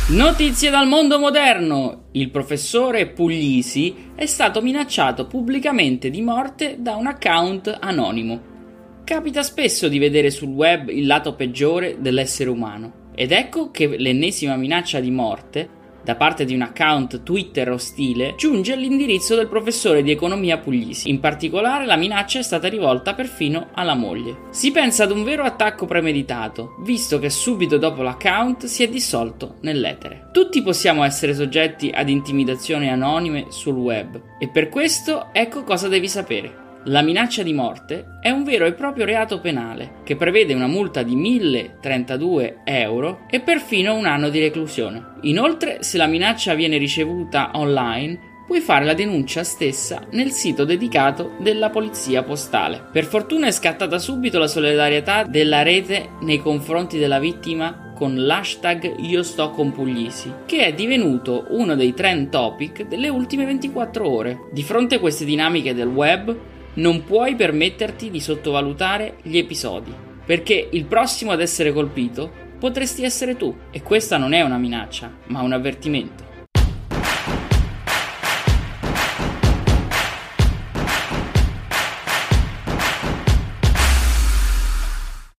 Notizie dal mondo moderno! Il professore Puglisi è stato minacciato pubblicamente di morte da un account anonimo. Capita spesso di vedere sul web il lato peggiore dell'essere umano. Ed ecco che l'ennesima minaccia di morte, da parte di un account Twitter ostile, giunge all'indirizzo del professore di economia Puglisi. In particolare la minaccia è stata rivolta perfino alla moglie. Si pensa ad un vero attacco premeditato, visto che subito dopo l'account si è dissolto nell'etere. Tutti possiamo essere soggetti ad intimidazioni anonime sul web, e per questo ecco cosa devi sapere. La minaccia di morte è un vero e proprio reato penale che prevede una multa di 1.032 euro e perfino un anno di reclusione. Inoltre, se la minaccia viene ricevuta online, puoi fare la denuncia stessa nel sito dedicato della polizia postale. Per fortuna è scattata subito la solidarietà della rete nei confronti della vittima con l'hashtag Io sto con Puglisi, che è divenuto uno dei trend topic delle ultime 24 ore. Di fronte a queste dinamiche del web, non puoi permetterti di sottovalutare gli episodi, perché il prossimo ad essere colpito potresti essere tu, e questa non è una minaccia, ma un avvertimento.